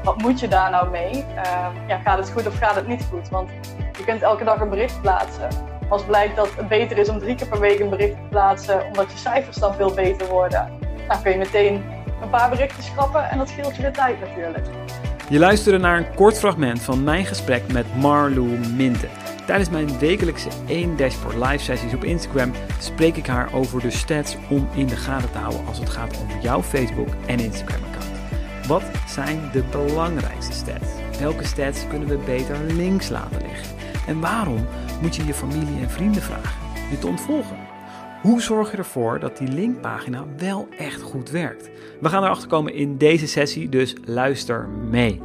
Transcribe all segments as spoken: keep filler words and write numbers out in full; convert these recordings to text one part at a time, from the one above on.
wat moet je daar nou mee? Uh, ja, gaat het goed of gaat het niet goed? Want je kunt elke dag een bericht plaatsen. Als blijkt dat het beter is om drie keer per week een bericht te plaatsen, omdat je cijfers dan veel beter worden, dan kun je meteen een paar berichten schrappen en dat scheelt je weer tijd natuurlijk. Je luisterde naar een kort fragment van mijn gesprek met Marlou Minten. Tijdens mijn wekelijkse één Dashboard live sessies op Instagram spreek ik haar over de stats om in de gaten te houden als het gaat om jouw Facebook en Instagram account. Wat zijn de belangrijkste stats? Welke stats kunnen we beter links laten liggen? En waarom moet je je familie en vrienden vragen je te ontvolgen? Hoe zorg je ervoor dat die linkpagina wel echt goed werkt? We gaan erachter komen in deze sessie, dus luister mee.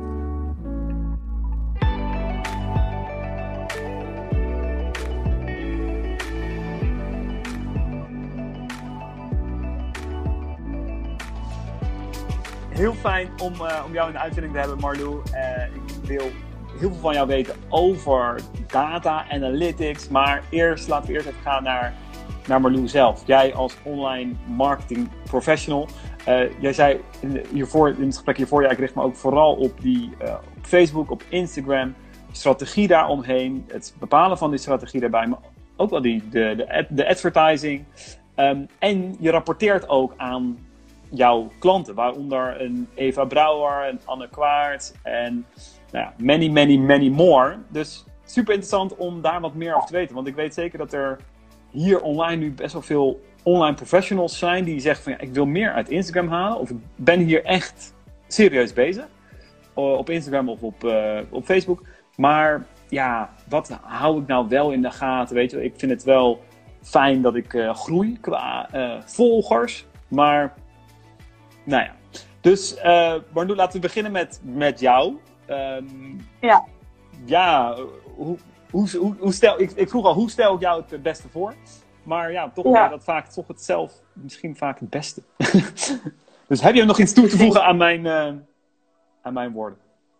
Heel fijn om, uh, om jou in de uitzending te hebben, Marlou. Uh, ik wil heel veel van jou weten over data, analytics. Maar eerst, laten we eerst even gaan naar, naar Marlou zelf. Jij als online marketing professional. Uh, jij zei in, hiervoor, in het gesprek hiervoor, ja, ik richt me ook vooral op, die, uh, op Facebook, op Instagram. Strategie daaromheen. Het bepalen van die strategie daarbij. Maar ook wel die, de, de, ad, de advertising. Um, en je rapporteert ook aan jouw klanten, waaronder een Eva Brouwer, een Anne Kwaart en nou ja, many, many, many more. Dus super interessant om daar wat meer over te weten. Want ik weet zeker dat er hier online nu best wel veel online professionals zijn die zeggen van ja, ik wil meer uit Instagram halen. Of ik ben hier echt serieus bezig. Op Instagram of op, uh, op Facebook. Maar ja, wat hou ik nou wel in de gaten? Weet je, ik vind het wel fijn dat ik uh, groei qua uh, volgers. Maar nou ja, dus uh, Marlou, laten we beginnen met, met jou. Um, ja. Ja, hoe, hoe, hoe, hoe stel, ik, ik vroeg al, hoe stel ik jou het, het beste voor? Maar ja, toch ja. dat vaak toch het zelf misschien vaak het beste. Dus heb je nog iets toe te voegen aan mijn, uh, aan mijn woorden?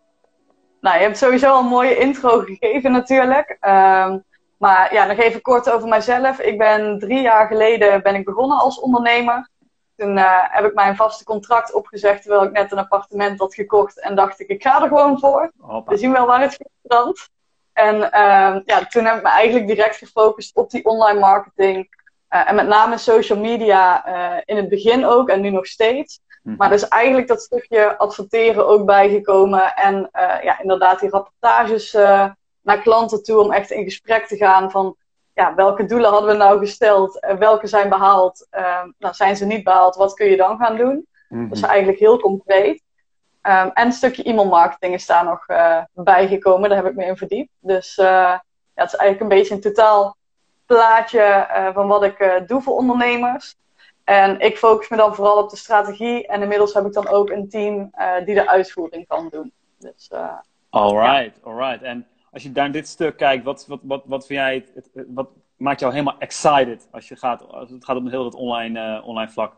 Nou, je hebt sowieso al een mooie intro gegeven natuurlijk. Um, maar ja, nog even kort over mijzelf. Ik ben drie jaar geleden ben ik begonnen als ondernemer. Toen uh, heb ik mijn vaste contract opgezegd terwijl ik net een appartement had gekocht. En dacht ik, ik ga er gewoon voor. Hoppa. We zien wel waar het strandt. En uh, ja, toen heb ik me eigenlijk direct gefocust op die online marketing. Uh, en met name social media uh, in het begin ook en nu nog steeds. Hm. Maar dus eigenlijk dat stukje adverteren ook bijgekomen. En uh, ja, inderdaad die rapportages uh, naar klanten toe om echt in gesprek te gaan van ja, welke doelen hadden we nou gesteld? Uh, welke zijn behaald? Uh, nou, zijn ze niet behaald? Wat kun je dan gaan doen? Mm-hmm. Dat is eigenlijk heel concreet. Um, en een stukje e-mailmarketing is daar nog uh, bijgekomen. Daar heb ik me in verdiept. Dus uh, ja, het is eigenlijk een beetje een totaal plaatje uh, van wat ik uh, doe voor ondernemers. En ik focus me dan vooral op de strategie. En inmiddels heb ik dan ook een team uh, die de uitvoering kan doen. Dus, uh, alright, ja. alright. En als je naar dit stuk kijkt, wat, wat, wat, wat vind jij, het, het, wat maakt jou helemaal excited als, je gaat, als het gaat om heel het online, uh, online vlak?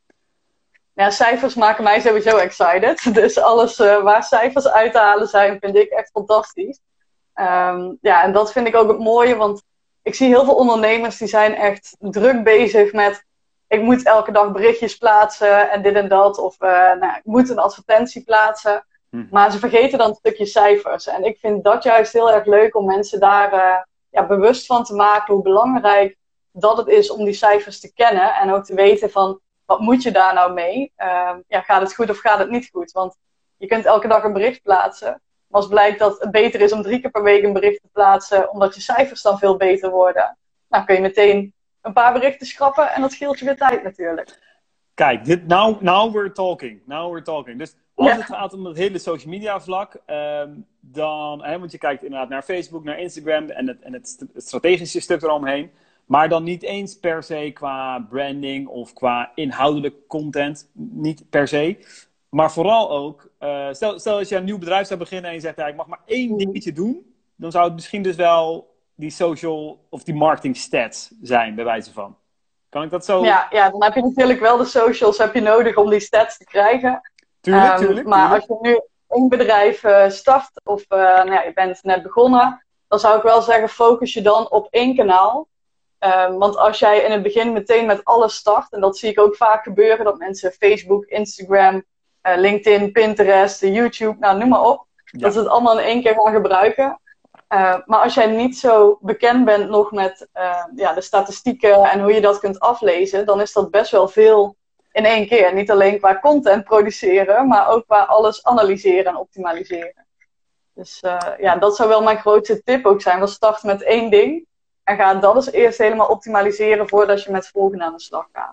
Ja, cijfers maken mij sowieso excited. Dus alles uh, waar cijfers uit te halen zijn, vind ik echt fantastisch. Um, ja, en dat vind ik ook het mooie, want ik zie heel veel ondernemers die zijn echt druk bezig met ik moet elke dag berichtjes plaatsen en dit en dat. Of uh, nou, ik moet een advertentie plaatsen. Hm. Maar ze vergeten dan een stukje cijfers. En ik vind dat juist heel erg leuk om mensen daar uh, ja, bewust van te maken hoe belangrijk dat het is om die cijfers te kennen. En ook te weten van wat moet je daar nou mee? Uh, ja, gaat het goed of gaat het niet goed? Want je kunt elke dag een bericht plaatsen. Maar als blijkt dat het beter is om drie keer per week een bericht te plaatsen, omdat je cijfers dan veel beter worden, nou kun je meteen een paar berichten schrappen en dat scheelt je weer tijd natuurlijk. Kijk, dit, now, now we're talking. Now we're talking. Dus als ja. het gaat om het hele social media vlak, um, dan, hè, want je kijkt inderdaad naar Facebook, naar Instagram en het, en het strategische stuk eromheen. Maar dan niet eens per se qua branding of qua inhoudelijk content. Niet per se. Maar vooral ook, uh, stel, stel dat je een nieuw bedrijf zou beginnen en je zegt, ja, ik mag maar één dingetje doen. Dan zou het misschien dus wel die social of die marketing stats zijn, bij wijze van. Kan ik dat zo? Ja, ja, dan heb je natuurlijk wel de socials heb je nodig om die stats te krijgen. Tuurlijk, um, tuurlijk. Maar tuurlijk. als je nu een bedrijf uh, start of uh, nou ja, je bent net begonnen, dan zou ik wel zeggen, focus je dan op één kanaal. Um, want als jij in het begin meteen met alles start, en dat zie ik ook vaak gebeuren, dat mensen Facebook, Instagram uh, LinkedIn, Pinterest, YouTube, nou noem maar op. Ja. Dat ze het allemaal in één keer gaan gebruiken. Uh, maar als jij niet zo bekend bent nog met uh, ja, de statistieken en hoe je dat kunt aflezen, dan is dat best wel veel in één keer. Niet alleen qua content produceren, maar ook qua alles analyseren en optimaliseren. Dus uh, ja, dat zou wel mijn grootste tip ook zijn. We starten met één ding en ga dat eens eerst helemaal optimaliseren voordat je met het volgende aan de slag gaat.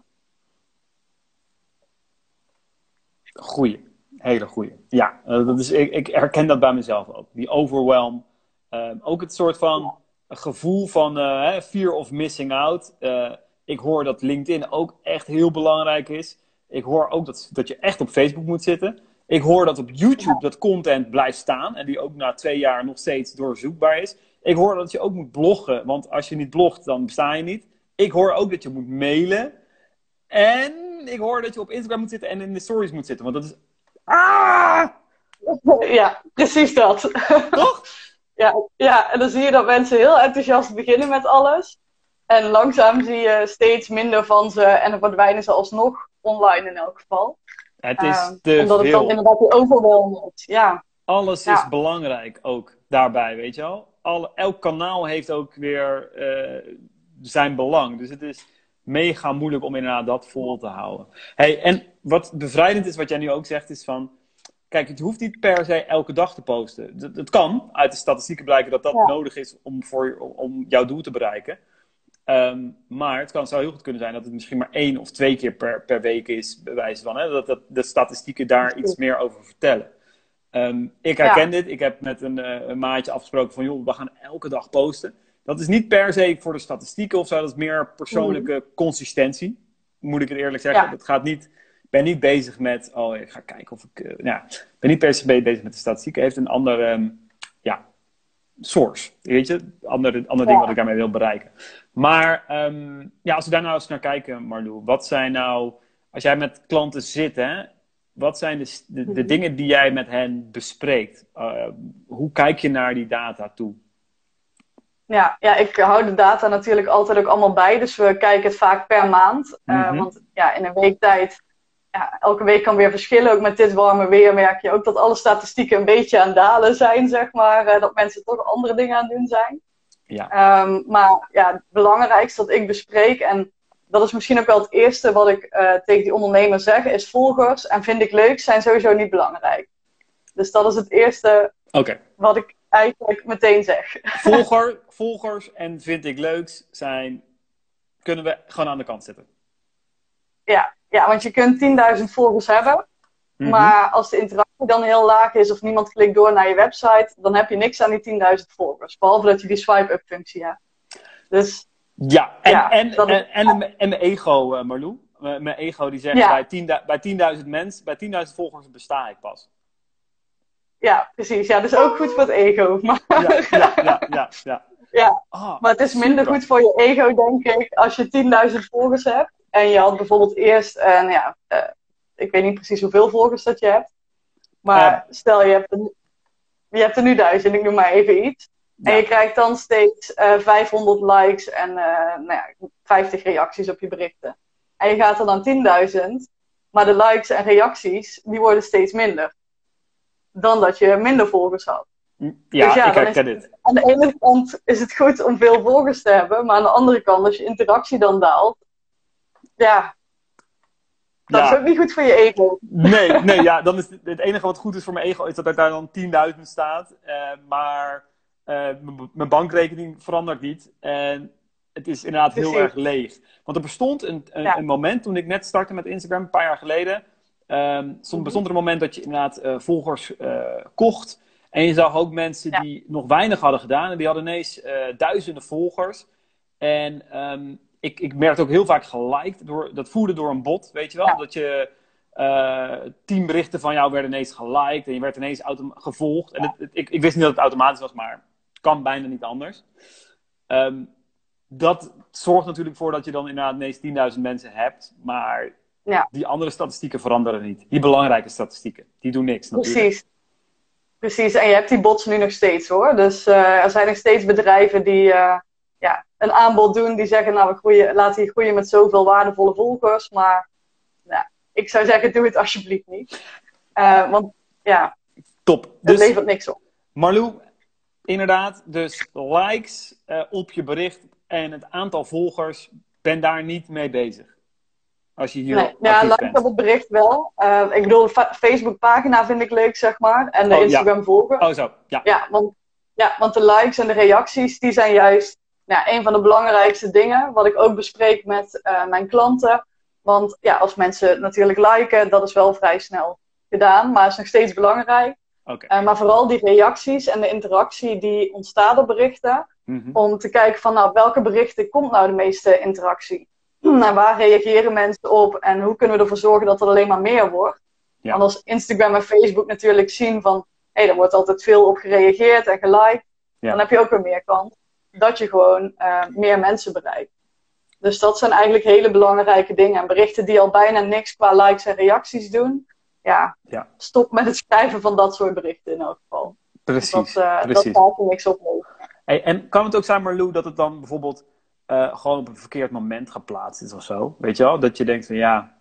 Goeie, hele goeie. Ja, dat is, ik, ik herken dat bij mezelf ook. Die overwhelm. Uh, ook het soort van gevoel van uh, fear of missing out. Uh, ik hoor dat LinkedIn ook echt heel belangrijk is. Ik hoor ook dat, dat je echt op Facebook moet zitten. Ik hoor dat op YouTube dat content blijft staan. En die ook na twee jaar nog steeds doorzoekbaar is. Ik hoor dat je ook moet bloggen. Want als je niet blogt, dan besta je niet. Ik hoor ook dat je moet mailen. En ik hoor dat je op Instagram moet zitten en in de stories moet zitten. Want dat is... Ah! Ja, precies dat. Toch? Ja, ja, en dan zie je dat mensen heel enthousiast beginnen met alles. En langzaam zie je steeds minder van ze en dan verdwijnen ze alsnog online in elk geval. Het is uh, te omdat veel. het dan inderdaad die overwhelm is. Ja. Alles ja. is belangrijk ook daarbij, weet je wel. Alle, elk kanaal heeft ook weer uh, zijn belang. Dus het is mega moeilijk om inderdaad dat vol te houden. Hey, en wat bevrijdend is, wat jij nu ook zegt, is van... Kijk, het hoeft niet per se elke dag te posten. Het, het kan uit de statistieken blijken dat dat ja. nodig is om, voor, om jouw doel te bereiken. Um, maar het kan, zou heel goed kunnen zijn dat het misschien maar één of twee keer per, per week is, bij wijze van. Hè? Dat, dat de statistieken daar iets meer over vertellen. Um, ik herken ja. dit. Ik heb met een, uh, een maatje afgesproken van, joh, we gaan elke dag posten. Dat is niet per se voor de statistieken of zo. Dat is meer persoonlijke mm. consistentie. Moet ik het eerlijk zeggen. Ja. Het gaat niet... Ik ben niet bezig met, oh, ik ga kijken of ik... Uh, ja, ik ben niet per se bezig met de statistieken. Het heeft een ander, um, ja, source. Weet je? Andere, andere ja. ding wat ik daarmee wil bereiken. Maar, um, ja, als we daar nou eens naar kijken, Marlou. Wat zijn nou, als jij met klanten zit, hè. Wat zijn de, de, de dingen die jij met hen bespreekt? Uh, hoe kijk je naar die data toe? Ja, ja, ik hou de data natuurlijk altijd ook allemaal bij. Dus we kijken het vaak per maand. Uh, mm-hmm. Want ja, in een week tijd... Ja, elke week kan weer verschillen. Ook met dit warme weer merk je ook dat alle statistieken een beetje aan het dalen zijn, zeg maar. Uh, dat mensen toch andere dingen aan het doen zijn. Ja. Um, maar ja, het belangrijkste dat ik bespreek, en dat is misschien ook wel het eerste wat ik uh, tegen die ondernemers zeg, is volgers en vind ik leuk zijn sowieso niet belangrijk. Dus dat is het eerste okay. wat ik eigenlijk meteen zeg. Volger, volgers en vind ik leuks zijn, kunnen we gewoon aan de kant zetten. Ja. Ja, want je kunt tienduizend volgers hebben. Mm-hmm. Maar als de interactie dan heel laag is of niemand klikt door naar je website, dan heb je niks aan die tienduizend volgers. Behalve dat je die swipe-up functie hebt. Dus, ja, en, ja, en, en, en, en, en, en mijn ego, uh, Marlou. Mijn ego die zegt, ja. bij, tien, bij tienduizend mensen, bij tienduizend volgers besta ik pas. Ja, precies. Ja, dat is ook goed voor het ego. Maar... Ja, ja, ja, ja, ja. ja. Oh, maar het is minder super. Goed voor je ego, denk ik, als je tienduizend volgers hebt. En je had bijvoorbeeld eerst, uh, nou ja, uh, ik weet niet precies hoeveel volgers dat je hebt. Maar uh, stel, je hebt, er, je hebt er nu duizend, ik noem maar even iets. Ja. En je krijgt dan steeds uh, vijfhonderd likes en uh, nou ja, vijftig reacties op je berichten. En je gaat er dan tienduizend, maar de likes en reacties, die worden steeds minder. Dan dat je minder volgers had. Ja, dus ja, ik herken dit. Aan de ene kant is het goed om veel volgers te hebben, maar aan de andere kant, als je interactie dan daalt, ja, dat ja. is ook niet goed voor je ego. Nee, nee ja, dan is het, het enige wat goed is voor mijn ego is dat er daar dan tienduizend staat. Uh, maar uh, m- mijn bankrekening verandert niet. En het is inderdaad Precies. heel erg leeg. Want er bestond een, een, ja. een moment toen ik net startte met Instagram, een paar jaar geleden. Um, stond, bestond er een moment dat je inderdaad uh, volgers uh, kocht. En je zag ook mensen ja. die nog weinig hadden gedaan. En die hadden ineens uh, duizenden volgers. En... Um, Ik, ik merkte ook heel vaak geliked. Door, dat voerde door een bot, weet je wel. Ja. Dat je uh, tien berichten van jou werden ineens geliked. En je werd ineens autom- gevolgd. En het, het, ik, ik wist niet dat het automatisch was, maar het kan bijna niet anders. Um, dat zorgt natuurlijk voor dat je dan inderdaad ineens tienduizend mensen hebt. Maar ja. die andere statistieken veranderen niet. Die belangrijke statistieken. Die doen niks natuurlijk. Precies. Precies. En je hebt die bots nu nog steeds hoor. Dus uh, er zijn nog steeds bedrijven die... Uh... Ja, een aanbod doen die zeggen, nou we groeien, laten je groeien met zoveel waardevolle volgers. Maar ja, ik zou zeggen, doe het alsjeblieft niet. Uh, want ja, top. Het dus, levert niks op. Marlou, inderdaad, dus likes uh, op je bericht en het aantal volgers, ben daar niet mee bezig. Als je hier nee, ja, like bent. op het bericht wel. Uh, ik bedoel, de Facebook pagina vind ik leuk, zeg maar. En de oh, Instagram ja. volgen. Oh zo, ja. Ja want, ja, want de likes en de reacties, die zijn juist nou, een van de belangrijkste dingen. Wat ik ook bespreek met uh, mijn klanten. Want ja, als mensen natuurlijk liken, dat is wel vrij snel gedaan. Maar is nog steeds belangrijk. Okay. Uh, maar vooral die reacties en de interactie die ontstaat op berichten. Mm-hmm. Om te kijken van nou, welke berichten komt nou de meeste interactie. En waar reageren mensen op en hoe kunnen we ervoor zorgen dat er alleen maar meer wordt. Ja. Want als Instagram en Facebook natuurlijk zien van hé, hey, er wordt altijd veel op gereageerd en geliked. Ja. Dan heb je ook weer meer kans dat je gewoon uh, meer mensen bereikt. Dus dat zijn eigenlijk hele belangrijke dingen. En berichten die al bijna niks qua likes en reacties doen. Ja, ja. Stop met het schrijven van dat soort berichten in elk geval. Precies, dat, uh, precies. Dat gaat er niks op. Hey, en kan het ook zijn, Marlou, dat het dan bijvoorbeeld uh, gewoon op een verkeerd moment geplaatst is of zo? Weet je wel? Dat je denkt van ja,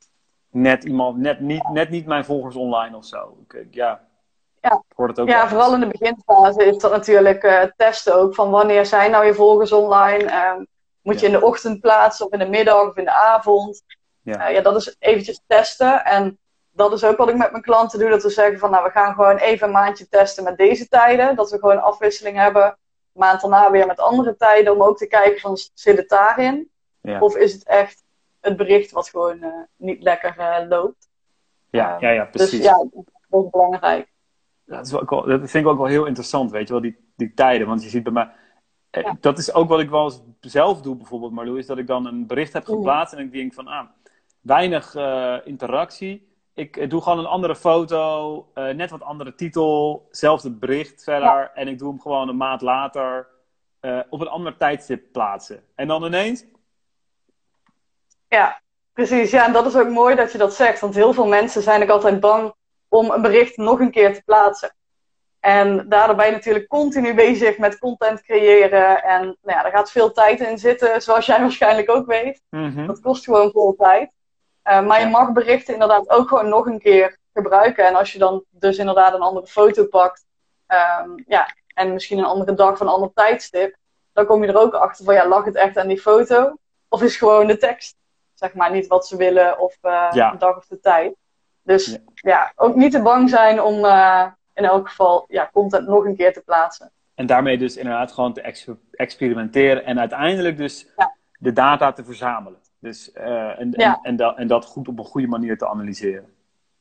net iemand, net niet, net niet mijn volgers online of zo. Ik, ja, ja. ik hoor het ook ja wel vooral in de beginfase is dat natuurlijk uh, testen ook. Van wanneer zijn nou je volgers online? Uh, moet ja. je in de ochtend plaatsen of in de middag of in de avond? Ja, uh, ja dat is eventjes testen. En dat is ook wat ik met mijn klanten doe. Dat we zeggen van nou, we gaan gewoon even een maandje testen met deze tijden. Dat we gewoon afwisseling hebben. Een maand daarna weer met andere tijden. Om ook te kijken van zit het daarin? Ja. Of is het echt het bericht wat gewoon uh, niet lekker uh, loopt? Ja, uh, ja, ja, precies. Dus ja, dat is belangrijk. Ja, dat, is wel, dat vind ik ook wel heel interessant, weet je wel, die, die tijden. Want je ziet bij mij... Ja. Dat is ook wat ik wel eens zelf doe bijvoorbeeld, Marlou. Is dat ik dan een bericht heb geplaatst. Mm. En ik denk van, ah, weinig uh, interactie. Ik doe gewoon een andere foto, uh, net wat andere titel, zelfde bericht verder. Ja. En ik doe hem gewoon een maand later uh, op een ander tijdstip plaatsen. En dan ineens... Ja, precies. Ja, en dat is ook mooi dat je dat zegt. Want heel veel mensen zijn ook altijd bang om een bericht nog een keer te plaatsen. En daardoor ben je natuurlijk continu bezig met content creëren. En nou ja, daar gaat veel tijd in zitten, zoals jij waarschijnlijk ook weet. Mm-hmm. Dat kost gewoon veel tijd. Uh, maar je ja. mag berichten inderdaad ook gewoon nog een keer gebruiken. En als je dan dus inderdaad een andere foto pakt. Um, ja, en misschien een andere dag of een ander tijdstip. Dan kom je er ook achter van ja, lag het echt aan die foto? Of is gewoon de tekst, zeg maar, niet wat ze willen of uh, ja. de dag of de tijd. Dus ja, ja ook niet te bang zijn om uh, in elk geval ja, content nog een keer te plaatsen. En daarmee dus inderdaad gewoon te ex- experimenteren. En uiteindelijk dus ja. de data te verzamelen. Dus, uh, en, ja. en, en, dat, en dat goed op een goede manier te analyseren.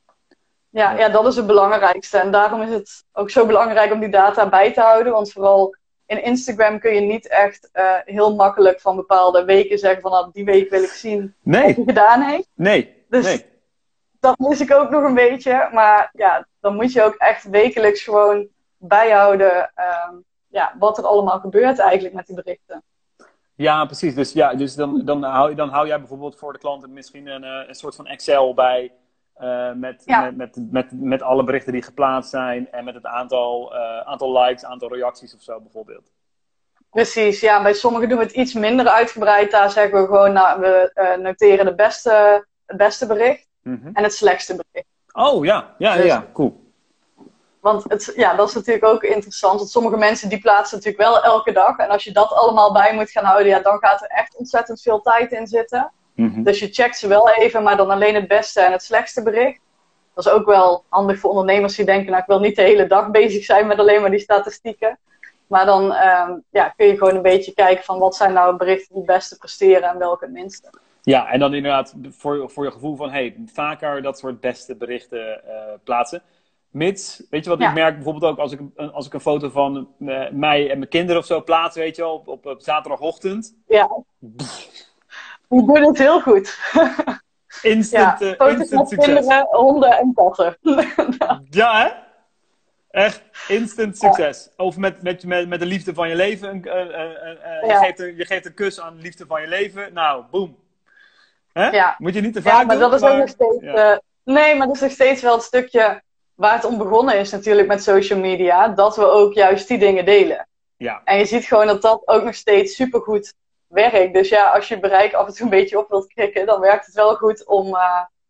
Ja, ja, dat is het belangrijkste. En daarom is het ook zo belangrijk om die data bij te houden. Want vooral in Instagram kun je niet echt uh, heel makkelijk van bepaalde weken zeggen van nou, die week wil ik zien nee. wat hij gedaan heeft. Nee, dus nee. dat mis ik ook nog een beetje. Maar ja, dan moet je ook echt wekelijks gewoon bijhouden uh, ja, wat er allemaal gebeurt eigenlijk met die berichten. Ja, precies. Dus, ja, dus dan, dan, hou, dan hou jij bijvoorbeeld voor de klanten misschien een, een soort van Excel bij. Uh, met, ja. met, met, met, met alle berichten die geplaatst zijn. En met het aantal, uh, aantal likes, aantal reacties of zo bijvoorbeeld. Precies, ja. Bij sommigen doen we het iets minder uitgebreid. Daar zeggen we gewoon, nou, we uh, noteren de beste, het beste bericht. Mm-hmm. En het slechtste bericht. Oh ja, ja, dus, ja, cool. Want het, ja, dat is natuurlijk ook interessant. Want sommige mensen die plaatsen natuurlijk wel elke dag. En als je dat allemaal bij moet gaan houden, ja, dan gaat er echt ontzettend veel tijd in zitten. Mm-hmm. Dus je checkt ze wel even, maar dan alleen het beste en het slechtste bericht. Dat is ook wel handig voor ondernemers die denken, nou ik wil niet de hele dag bezig zijn met alleen maar die statistieken. Maar dan um, ja, kun je gewoon een beetje kijken van wat zijn nou berichten die het beste presteren en welke het minste. Ja, en dan inderdaad voor, voor je gevoel van, hey, vaker dat soort beste berichten uh, plaatsen. Mits, weet je wat, ja. ik merk bijvoorbeeld ook als ik, als ik een foto van uh, mij en mijn kinderen of zo plaats, weet je wel, op, op, op zaterdagochtend. Ja. Je doet het heel goed. Instant, ja, uh, instant succes. Kinderen, honden en katten. Ja, hè? Echt instant succes. Ja. Of met, met, met, met de liefde van je leven. Uh, uh, uh, uh, ja. je, geeft een, je geeft een kus aan de liefde van je leven. Nou, boom. Hè? Ja. Moet je niet te vaak ja, maar doen. Dat is maar... ook nog steeds, ja. uh, nee, maar dat is nog steeds wel het stukje waar het om begonnen is natuurlijk met social media. Dat we ook juist die dingen delen. Ja. En je ziet gewoon dat dat ook nog steeds supergoed werkt. Dus ja, als je bereik af en toe een beetje op wilt krikken, dan werkt het wel goed om uh,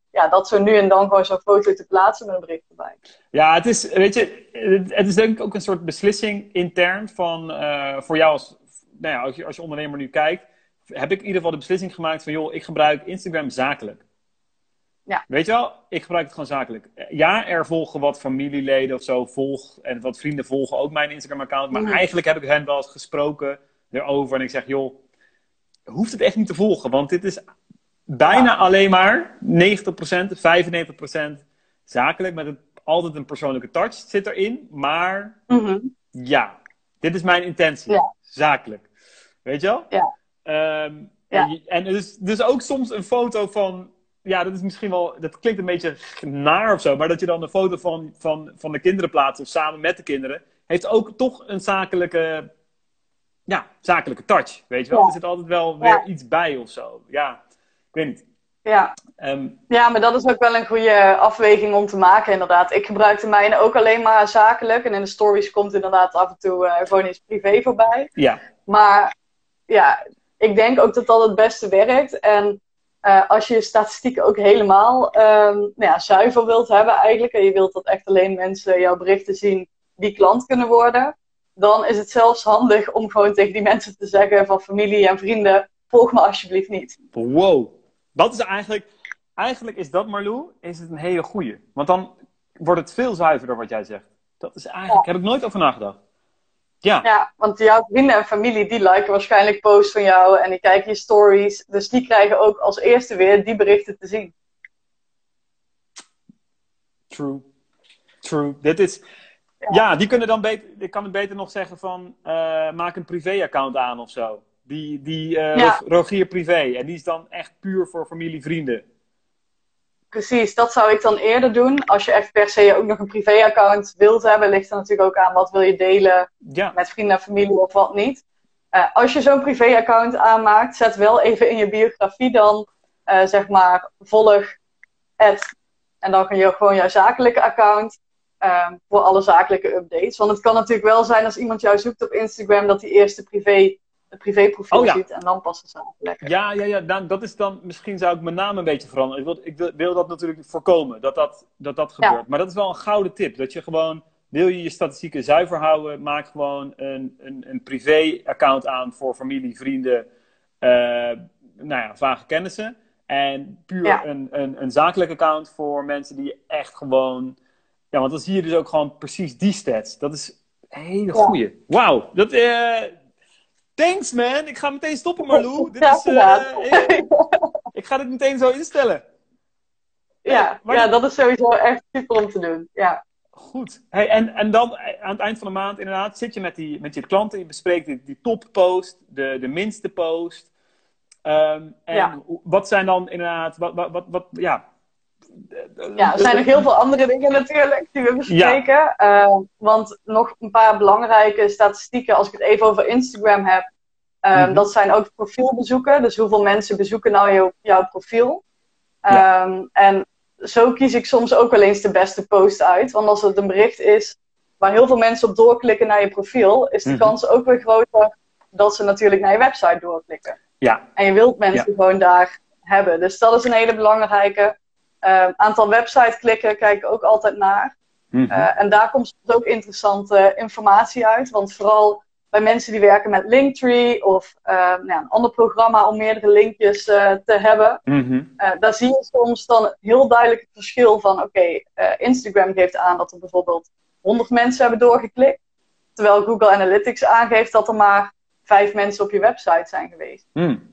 ja, dat zo nu en dan gewoon zo'n foto te plaatsen met een bericht erbij. Ja, het is, weet je, het is denk ik ook een soort beslissing intern van, uh, voor jou als, nou ja, als je, als je ondernemer nu kijkt, heb ik in ieder geval de beslissing gemaakt van, joh, ik gebruik Instagram zakelijk. Ja. Weet je wel, ik gebruik het gewoon zakelijk. Ja, er volgen wat familieleden of zo, volg, en wat vrienden volgen ook mijn Instagram-account, maar mm-hmm. eigenlijk heb ik hen wel eens gesproken erover en ik zeg, joh, hoeft het echt niet te volgen, want dit is bijna ja. alleen maar negentig procent, vijfennegentig procent zakelijk, met een, altijd een persoonlijke touch zit erin, maar mm-hmm. ja, dit is mijn intentie, ja. zakelijk. Weet je wel? Ja. Um, ja. En, en dus, dus ook soms een foto van, ja, dat is misschien wel, dat klinkt een beetje naar of zo, maar dat je dan een foto van, van, van de kinderen plaatst, of samen met de kinderen, heeft ook toch een zakelijke, ja, zakelijke touch, weet je wel? Ja. Er zit altijd wel weer ja. iets bij of zo. Ja, ik weet niet. Ja. Um, ja, maar dat is ook wel een goede afweging om te maken, inderdaad. Ik gebruik de mijne ook alleen maar zakelijk. En in de stories komt inderdaad af en toe uh, gewoon iets privé voorbij. Ja. Maar ja, ik denk ook dat dat het beste werkt. En uh, als je je statistieken ook helemaal um, nou ja, zuiver wilt hebben eigenlijk, en je wilt dat echt alleen mensen jouw berichten zien die klant kunnen worden, dan is het zelfs handig om gewoon tegen die mensen te zeggen van familie en vrienden, volg me alsjeblieft niet. Wow. Dat is eigenlijk, eigenlijk is dat, Marlou, is het een hele goeie. Want dan wordt het veel zuiverder wat jij zegt. Dat is eigenlijk, ja. heb ik nooit over nagedacht. Ja. Ja, want jouw vrienden en familie, die liken waarschijnlijk posts van jou en die kijken je stories. Dus die krijgen ook als eerste weer die berichten te zien. True. True. Dit is, ja. ja, die kunnen dan beter, ik kan het beter nog zeggen van, uh, maak een privé-account aan of zo. Die, die uh, ja. Rogier Privé. En die is dan echt puur voor familie, vrienden. Precies, dat zou ik dan eerder doen. Als je echt per se ook nog een privé-account wilt hebben, ligt er natuurlijk ook aan wat wil je delen ja. met vrienden en familie of wat niet. Uh, als je zo'n privé-account aanmaakt, zet wel even in je biografie dan, uh, zeg maar, volg het. En dan kun je gewoon jouw zakelijke account uh, voor alle zakelijke updates. Want het kan natuurlijk wel zijn als iemand jou zoekt op Instagram, dat die eerste privé het privéprofiel oh, ja. ziet en dan pas het zakelijk. Ja, ja, ja. Nou, dat is dan, misschien zou ik mijn naam een beetje veranderen. Ik wil, ik wil, wil dat natuurlijk voorkomen, dat dat, dat, dat gebeurt. Ja. Maar dat is wel een gouden tip. Dat je gewoon, wil je je statistieken zuiver houden, maak gewoon een, een, een privé-account aan voor familie, vrienden, uh, nou ja, vage kennissen. En puur ja. een, een, een zakelijk account voor mensen die echt gewoon, ja, want dan zie je dus ook gewoon precies die stats. Dat is een hele goeie. Ja. Wauw, dat uh, thanks man, ik ga meteen stoppen Marlou. Dit is, uh, ik, ik ga dit meteen zo instellen. Ja, hey, ja dat is sowieso echt super om te doen. Ja. Goed. Hey, en, en dan aan het eind van de maand inderdaad zit je met, die, met je klanten. Je bespreekt die, die toppost, de, de minste post. Um, en ja. wat zijn dan inderdaad, wat, wat, wat, wat ja... Ja, er zijn nog heel veel andere dingen natuurlijk die we bespreken. Ja. Uh, want nog een paar belangrijke statistieken, als ik het even over Instagram heb. Uh, mm-hmm. Dat zijn ook profielbezoeken. Dus hoeveel mensen bezoeken nou jou, jouw profiel. Ja. Um, en zo kies ik soms ook wel eens de beste post uit. Want als het een bericht is waar heel veel mensen op doorklikken naar je profiel, is de mm-hmm. kans ook weer groter dat ze natuurlijk naar je website doorklikken. Ja. En je wilt mensen ja. gewoon daar hebben. Dus dat is een hele belangrijke. Uh, aantal website klikken kijk ik ook altijd naar. Mm-hmm. Uh, en daar komt soms ook interessante informatie uit. Want vooral bij mensen die werken met Linktree of uh, nou ja, een ander programma om meerdere linkjes uh, te hebben. Mm-hmm. Uh, daar zie je soms dan heel duidelijk het verschil van oké, okay, uh, Instagram geeft aan dat er bijvoorbeeld honderd mensen hebben doorgeklikt. Terwijl Google Analytics aangeeft dat er maar vijf mensen op je website zijn geweest. Mm.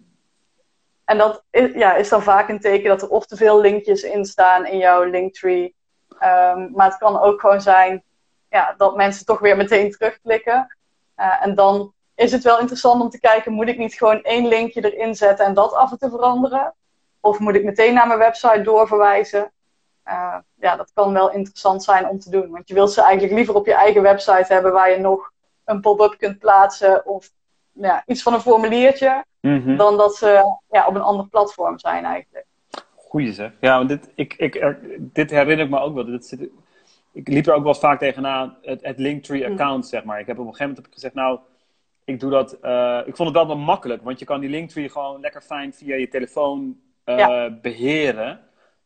En dat is, ja, is dan vaak een teken dat er of te veel linkjes in staan in jouw Linktree. Um, maar het kan ook gewoon zijn ja, dat mensen toch weer meteen terugklikken. Uh, en dan is het wel interessant om te kijken, moet ik niet gewoon één linkje erin zetten en dat af en toe veranderen? Of moet ik meteen naar mijn website doorverwijzen? Uh, ja, dat kan wel interessant zijn om te doen. Want je wilt ze eigenlijk liever op je eigen website hebben waar je nog een pop-up kunt plaatsen of ja, iets van een formuliertje. Mm-hmm. Dan dat ze ja, op een ander platform zijn eigenlijk. Goeie zeg. Ja, want dit, ik, ik, er, dit herinner ik me ook wel. Dit zit, ik liep er ook wel eens vaak tegenaan, het, het Linktree-account, mm. zeg maar. Ik heb op een gegeven moment heb ik gezegd, nou, ik doe dat... Uh, ik vond het wel wel makkelijk, want je kan die Linktree gewoon lekker fijn via je telefoon uh, ja. beheren.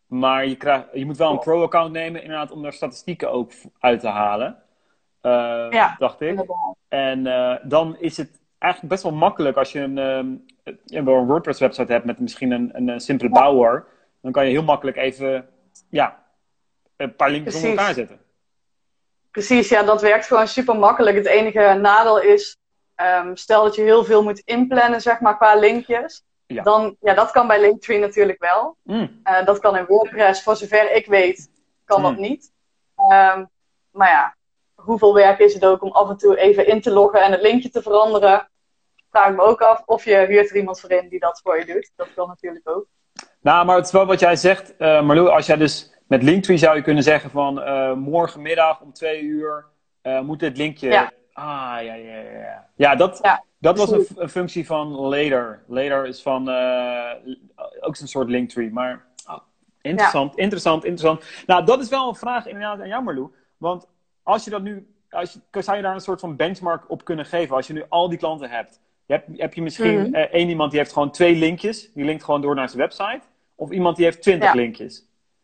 Maar je, krijgt, je moet wel een pro-account nemen, inderdaad, om daar statistieken ook uit te halen. Uh, Ja, dacht ik. inderdaad. En uh, dan is het eigenlijk best wel makkelijk als je een, um, een WordPress website hebt met misschien een, een, een simpele Ja. bouwer. Dan kan je heel makkelijk even ja, een paar linkjes onder elkaar zetten. Precies, ja, dat werkt gewoon super makkelijk. Het enige nadeel is, um, stel dat je heel veel moet inplannen, zeg maar, qua linkjes. Ja. Dan, ja, dat kan bij Linktree natuurlijk wel. Mm. Uh, dat kan in WordPress, voor zover ik weet, kan mm. dat niet. Um, maar ja, hoeveel werk is het ook om af en toe even in te loggen en het linkje te veranderen? Vraag ik me ook af. Of je huurt er iemand voor in die dat voor je doet. Dat kan natuurlijk ook. Nou, maar het is wel wat jij zegt, uh, Marlou, als jij dus met Linktree zou je kunnen zeggen van uh, morgenmiddag om twee uur uh, moet dit linkje... Ja. Ah, ja, ja, ja. Ja, dat, ja, dat was een, een functie van Later. Later is van uh, ook zo'n soort Linktree. Maar oh, interessant, ja. interessant, interessant. Nou, dat is wel een vraag inderdaad aan jou, Marlou. Want als je dat nu... Als je, zou je daar een soort van benchmark op kunnen geven? Als je nu al die klanten hebt. Heb, heb je misschien mm-hmm. uh, één iemand die heeft gewoon twee linkjes. Die linkt gewoon door naar zijn website. Of iemand die heeft twintig ja. linkjes.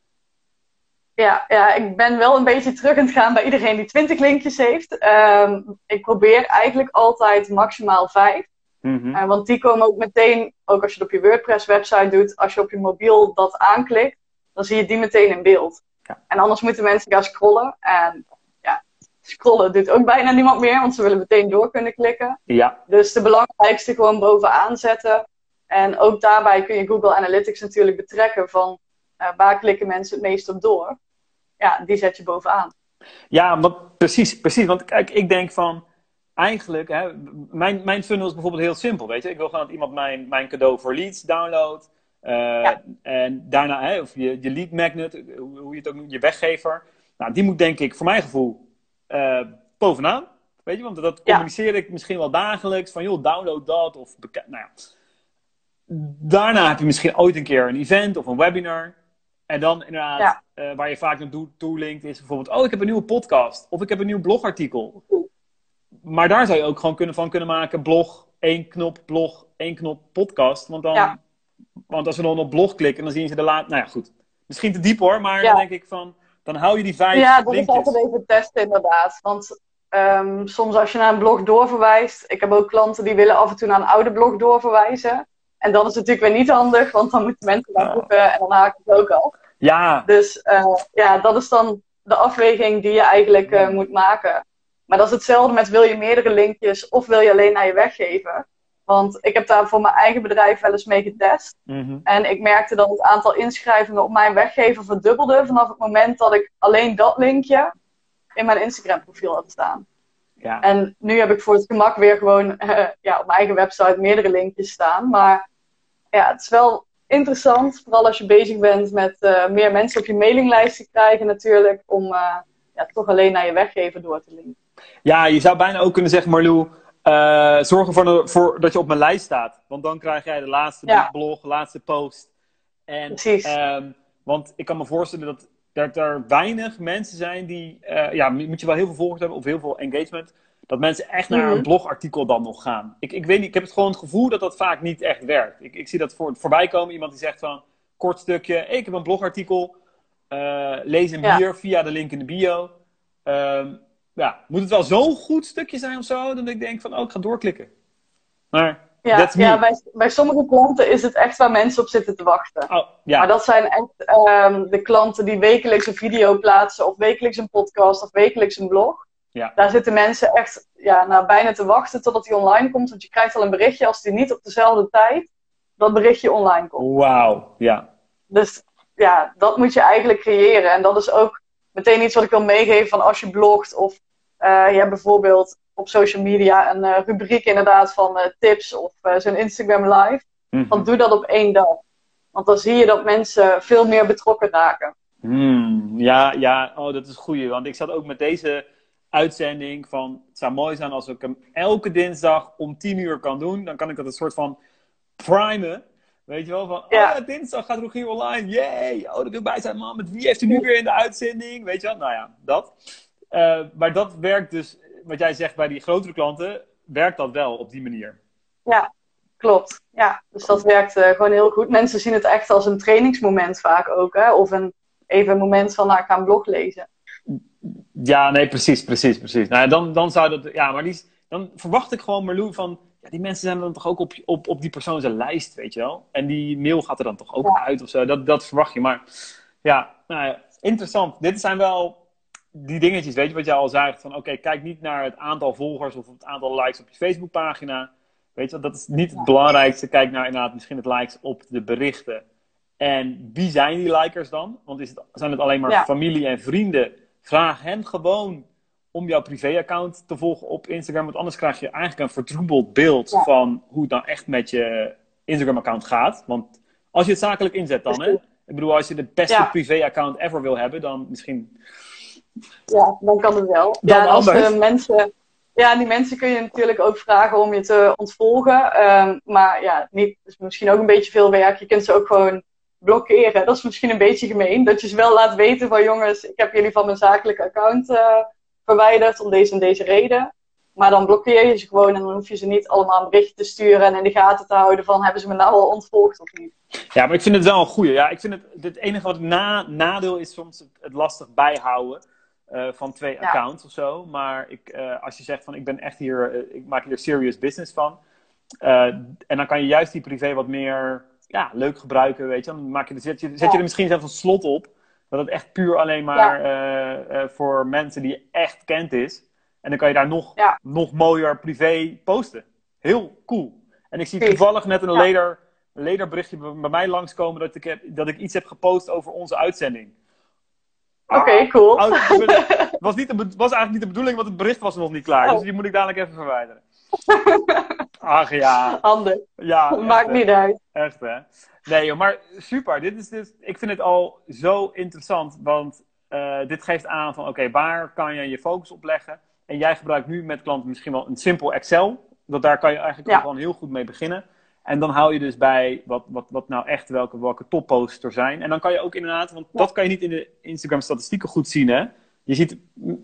Ja, ja, ik ben wel een beetje terug aan het gaan bij iedereen die twintig linkjes heeft. Um, ik probeer eigenlijk altijd maximaal vijf. Mm-hmm. Uh, want die komen ook meteen, ook als je het op je WordPress website doet, als je op je mobiel dat aanklikt, dan zie je die meteen in beeld. Ja. En anders moeten mensen gaan scrollen. En ja, scrollen doet ook bijna niemand meer, want ze willen meteen door kunnen klikken. Ja. Dus de belangrijkste gewoon bovenaan zetten. En ook daarbij kun je Google Analytics natuurlijk betrekken van uh, waar klikken mensen het meest op door. Ja, die zet je bovenaan. Ja, maar precies, precies. Want kijk, ik denk van, eigenlijk, hè, mijn, mijn funnel is bijvoorbeeld heel simpel, weet je. Ik wil gewoon dat iemand mijn, mijn cadeau voor leads downloadt. Uh, ja. En daarna, hè, of je, je lead magnet, hoe je het ook noemt, je weggever. Nou, die moet denk ik, voor mijn gevoel, uh, bovenaan. Weet je, want dat communiceer ja. ik misschien wel dagelijks. Van, joh, download dat. Of, nou ja. Daarna heb je misschien ooit een keer een event of een webinar. En dan inderdaad, ja. uh, waar je vaak naartoe linkt, is bijvoorbeeld... Oh, ik heb een nieuwe podcast. Of ik heb een nieuw blogartikel. Maar daar zou je ook gewoon kunnen, van kunnen maken... Blog, één knop, blog, één knop, podcast. Want, dan, ja. want als we dan op blog klikken, dan zien ze de laat... Nou ja, goed. Misschien te diep hoor, maar ja. dan denk ik van... Dan hou je die vijf Ja, dat linkjes. is altijd even testen inderdaad. Want um, soms als je naar een blog doorverwijst... Ik heb ook klanten die willen af en toe naar een oude blog doorverwijzen... En dat is natuurlijk weer niet handig, want dan moeten mensen daar zoeken ja. en dan haken ze ook al. Ja. Dus uh, ja, dat is dan de afweging die je eigenlijk uh, moet maken. Maar dat is hetzelfde met wil je meerdere linkjes of wil je alleen naar je weggever. Want ik heb daar voor mijn eigen bedrijf wel eens mee getest. Mm-hmm. En ik merkte dat het aantal inschrijvingen op mijn weggever verdubbelde vanaf het moment dat ik alleen dat linkje in mijn Instagram profiel had staan. Ja. En nu heb ik voor het gemak weer gewoon uh, ja, op mijn eigen website meerdere linkjes staan. Maar ja, het is wel interessant, vooral als je bezig bent met uh, meer mensen op je mailinglijst te krijgen natuurlijk, om uh, ja, toch alleen naar je weggever door te linken. Ja, je zou bijna ook kunnen zeggen, Marlou, uh, zorg ervoor voor dat je op mijn lijst staat. Want dan krijg jij de laatste ja. blog, de laatste post. En, Precies. Um, want ik kan me voorstellen dat, dat er weinig mensen zijn die, uh, ja, moet je wel heel veel volgers hebben of heel veel engagement, dat mensen echt naar mm-hmm. een blogartikel dan nog gaan. Ik, ik weet niet, ik heb het gewoon het gevoel dat dat vaak niet echt werkt. Ik, ik zie dat voor, voorbij komen, iemand die zegt van, kort stukje, hey, ik heb een blogartikel, uh, lees hem ja. hier via de link in de bio. Um, ja, moet het wel zo'n goed stukje zijn of zo, dat ik denk van, oh, ik ga doorklikken. Maar, ja, that's me. Ja, bij, bij sommige klanten is het echt waar mensen op zitten te wachten. Oh, ja. Maar dat zijn echt um, de klanten die wekelijks een video plaatsen, of wekelijks een podcast, of wekelijks een blog. Ja. Daar zitten mensen echt ja, nou, bijna te wachten totdat die online komt. Want je krijgt al een berichtje als die niet op dezelfde tijd dat berichtje online komt. Wauw, ja. Dus ja, dat moet je eigenlijk creëren. En dat is ook meteen iets wat ik wil meegeven van als je blogt. Of uh, je hebt bijvoorbeeld op social media een uh, rubriek inderdaad van uh, tips of uh, zo'n Instagram live. Mm-hmm. Dan doe dat op één dag. Want dan zie je dat mensen veel meer betrokken raken. Mm, ja, ja, oh, dat is goed. Want ik zat ook met deze uitzending van, het zou mooi zijn als ik hem elke dinsdag om tien uur kan doen. Dan kan ik dat een soort van primen. Weet je wel, van, ja. oh ja, dinsdag gaat Rogier online. Yay! Oh, dat wil bij zijn, man. Met wie heeft u nu weer in de uitzending? Weet je wel? Nou ja, dat. Uh, maar dat werkt dus, wat jij zegt bij die grotere klanten, werkt dat wel op die manier. Ja, klopt. Ja, dus dat werkt uh, gewoon heel goed. Mensen zien het echt als een trainingsmoment vaak ook. Hè? Of een, even een moment van, nou, ik ga een blog lezen. Ja, nee, precies, precies, precies. Nou, dan, dan zou dat... Ja, maar die, dan verwacht ik gewoon, Marlou, van... Ja, die mensen zijn dan toch ook op, op, op die persoon zijn lijst, weet je wel? En die mail gaat er dan toch ook ja. uit of zo. Dat, dat verwacht je. Maar ja, nou ja, interessant. Dit zijn wel die dingetjes, weet je, wat jij al zei. Van oké, okay, kijk niet naar het aantal volgers of het aantal likes op je Facebookpagina. Weet je, dat is niet het belangrijkste. Kijk naar inderdaad misschien het likes op de berichten. En wie zijn die likers dan? Want is het, zijn het alleen maar ja. familie en vrienden? Vraag hen gewoon om jouw privéaccount te volgen op Instagram. Want anders krijg je eigenlijk een vertroebeld beeld ja. van hoe het dan echt met je Instagram-account gaat. Want als je het zakelijk inzet dan, hè? Ik bedoel, als je de beste ja. privéaccount ever wil hebben, dan misschien... Ja, dan kan het wel. Dan ja, en als de mensen... Ja, die mensen kun je natuurlijk ook vragen om je te ontvolgen. Um, maar ja, niet, is misschien ook een beetje veel werk. Je kunt ze ook gewoon blokkeren. Dat is misschien een beetje gemeen. Dat je ze wel laat weten van jongens, ik heb jullie van mijn zakelijke account uh, verwijderd om deze en deze reden. Maar dan blokkeer je ze gewoon en dan hoef je ze niet allemaal een berichtje te sturen en in de gaten te houden van hebben ze me nou al ontvolgd of niet. Ja, maar ik vind het wel een goeie. Ja, ik vind het, het enige wat na, nadeel is soms het, het lastig bijhouden uh, van twee ja. accounts of zo. Maar ik, uh, als je zegt van ik ben echt hier, uh, ik maak hier serious business van. Uh, en dan kan je juist die privé wat meer ja, leuk gebruiken, weet je. Dan maak je, zet, je, zet je er misschien zelfs een slot op. Dat het echt puur alleen maar ja. uh, uh, voor mensen die je echt kent is. En dan kan je daar nog, ja. nog mooier privé posten. Heel cool. En ik zie toevallig net een ja. leder, lederberichtje bij mij langskomen dat ik, heb, dat ik iets heb gepost over onze uitzending. Oké, okay, ah, cool. Het was, niet de, was eigenlijk niet de bedoeling, want het bericht was nog niet klaar. Oh. Dus die moet ik dadelijk even verwijderen. Ach ja. Handig. Ja, maakt niet uit. Echt hè. Nee joh, maar super. Dit is dus, ik vind het al zo interessant. Want uh, dit geeft aan van oké, okay, waar kan je je focus op leggen? En jij gebruikt nu met klanten misschien wel een simpel Excel. Dat daar kan je eigenlijk ja. gewoon heel goed mee beginnen. En dan hou je dus bij wat, wat, wat nou echt welke, welke topposts er zijn. En dan kan je ook inderdaad, want ja. dat kan je niet in de Instagram statistieken goed zien hè. Je ziet,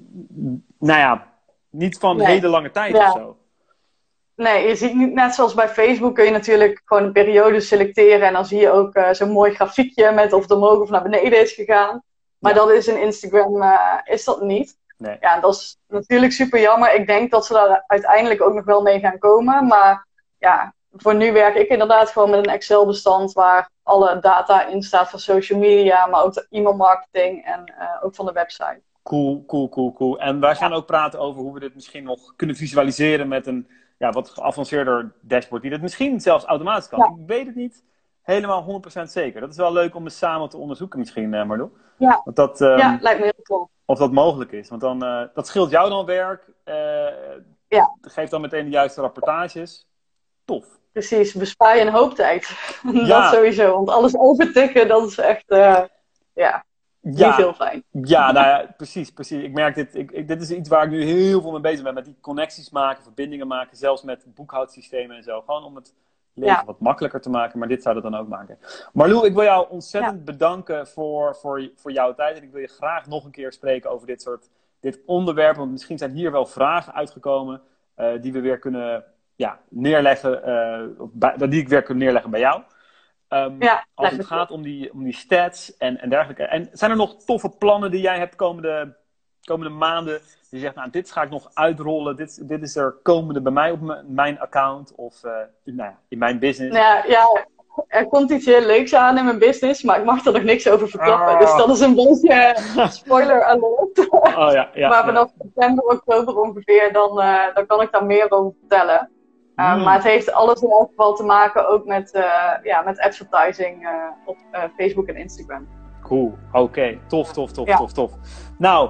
nou ja, niet van nee. hele lange tijd ja. of zo. Nee, je ziet niet, net zoals bij Facebook kun je natuurlijk gewoon een periode selecteren. En dan zie je ook uh, zo'n mooi grafiekje met of het omhoog of naar beneden is gegaan. Maar ja. dat is in Instagram, uh, is dat niet. Nee. Ja, dat is natuurlijk super jammer. Ik denk dat ze daar uiteindelijk ook nog wel mee gaan komen. Maar ja, voor nu werk ik inderdaad gewoon met een Excel-bestand waar alle data in staat van social media, maar ook de e-mailmarketing en uh, ook van de website. Cool, cool, cool, cool. En wij gaan ja. ook praten over hoe we dit misschien nog kunnen visualiseren met een ja, wat geavanceerder dashboard die dat misschien zelfs automatisch kan. Ja. Ik weet het niet helemaal honderd procent zeker. Dat is wel leuk om eens samen te onderzoeken misschien, uh, Marlou. Ja. Want dat, um, ja, lijkt me heel cool. Of dat mogelijk is. Want dan, uh, dat scheelt jou dan werk. Uh, ja. Geeft dan meteen de juiste rapportages. Tof. Precies, bespaar je een hoop tijd. Ja. Dat sowieso. Want alles overtikken, dat is echt uh, ja, niet ja. heel fijn. Ja, nou ja, precies, precies. Ik merk dit. Ik, ik, dit is iets waar ik nu heel veel mee bezig ben. Met die connecties maken, verbindingen maken. Zelfs met boekhoudsystemen en zo. Gewoon om het leven ja. wat makkelijker te maken. Maar dit zou dat dan ook maken. Marlou, ik wil jou ontzettend ja. bedanken voor, voor, voor jouw tijd. En ik wil je graag nog een keer spreken over dit soort dit onderwerp. Want misschien zijn hier wel vragen uitgekomen. Uh, die we weer kunnen ja, neerleggen. Uh, of bij, die ik weer kan neerleggen bij jou. Um, ja, als het gaat om die, om die stats en, en dergelijke. En zijn er nog toffe plannen die jij hebt komende, komende maanden? Die zegt, nou, dit ga ik nog uitrollen. Dit, dit is er komende bij mij op m- mijn account. Of uh, nou ja, in mijn business. Ja, ja, er komt iets heel leuks aan in mijn business. Maar ik mag er nog niks over verklappen. Ah. Dus dat is een beetje spoiler alert. Oh, ja, ja, maar vanaf ja. september, oktober ongeveer, dan, uh, dan kan ik daar meer over vertellen. Uh, mm. Maar het heeft alles in elk geval te maken ook met, uh, ja, met advertising uh, op uh, Facebook en Instagram. Cool, oké. Okay. Tof, tof, tof, ja. tof, tof. Nou,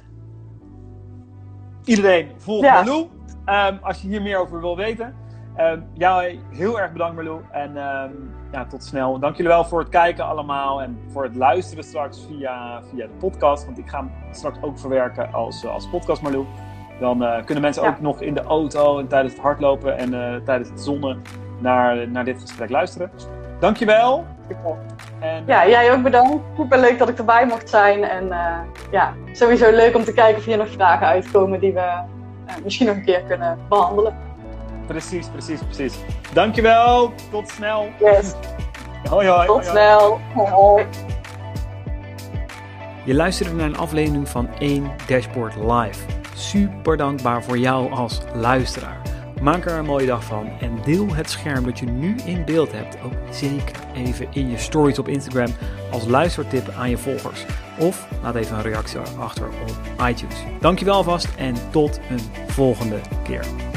iedereen volg ja. Marlou. Um, als je hier meer over wil weten. Um, jou heel erg bedankt Marlou. En um, ja, tot snel. Dank jullie wel voor het kijken allemaal. En voor het luisteren straks via, via de podcast. Want ik ga hem straks ook verwerken als, als podcast Marlou. Dan uh, kunnen mensen ja. ook nog in de auto en tijdens het hardlopen en uh, tijdens het zonnen naar, naar dit gesprek luisteren. Dankjewel. En, ja, jij ook bedankt. Super leuk dat ik erbij mocht zijn. En uh, ja, sowieso leuk om te kijken of hier nog vragen uitkomen die we uh, misschien nog een keer kunnen behandelen. Precies, precies, precies. Dankjewel. Tot snel. Yes. Hoi, hoi. Tot hoi, snel. Hoi. hoi. Je luisterde naar een aflevering van één Dashboard Live. Super dankbaar voor jou als luisteraar. Maak er een mooie dag van en deel het scherm dat je nu in beeld hebt ook zeker even in je stories op Instagram als luistertip aan je volgers. Of laat even een reactie achter op iTunes. Dankjewel alvast en tot een volgende keer.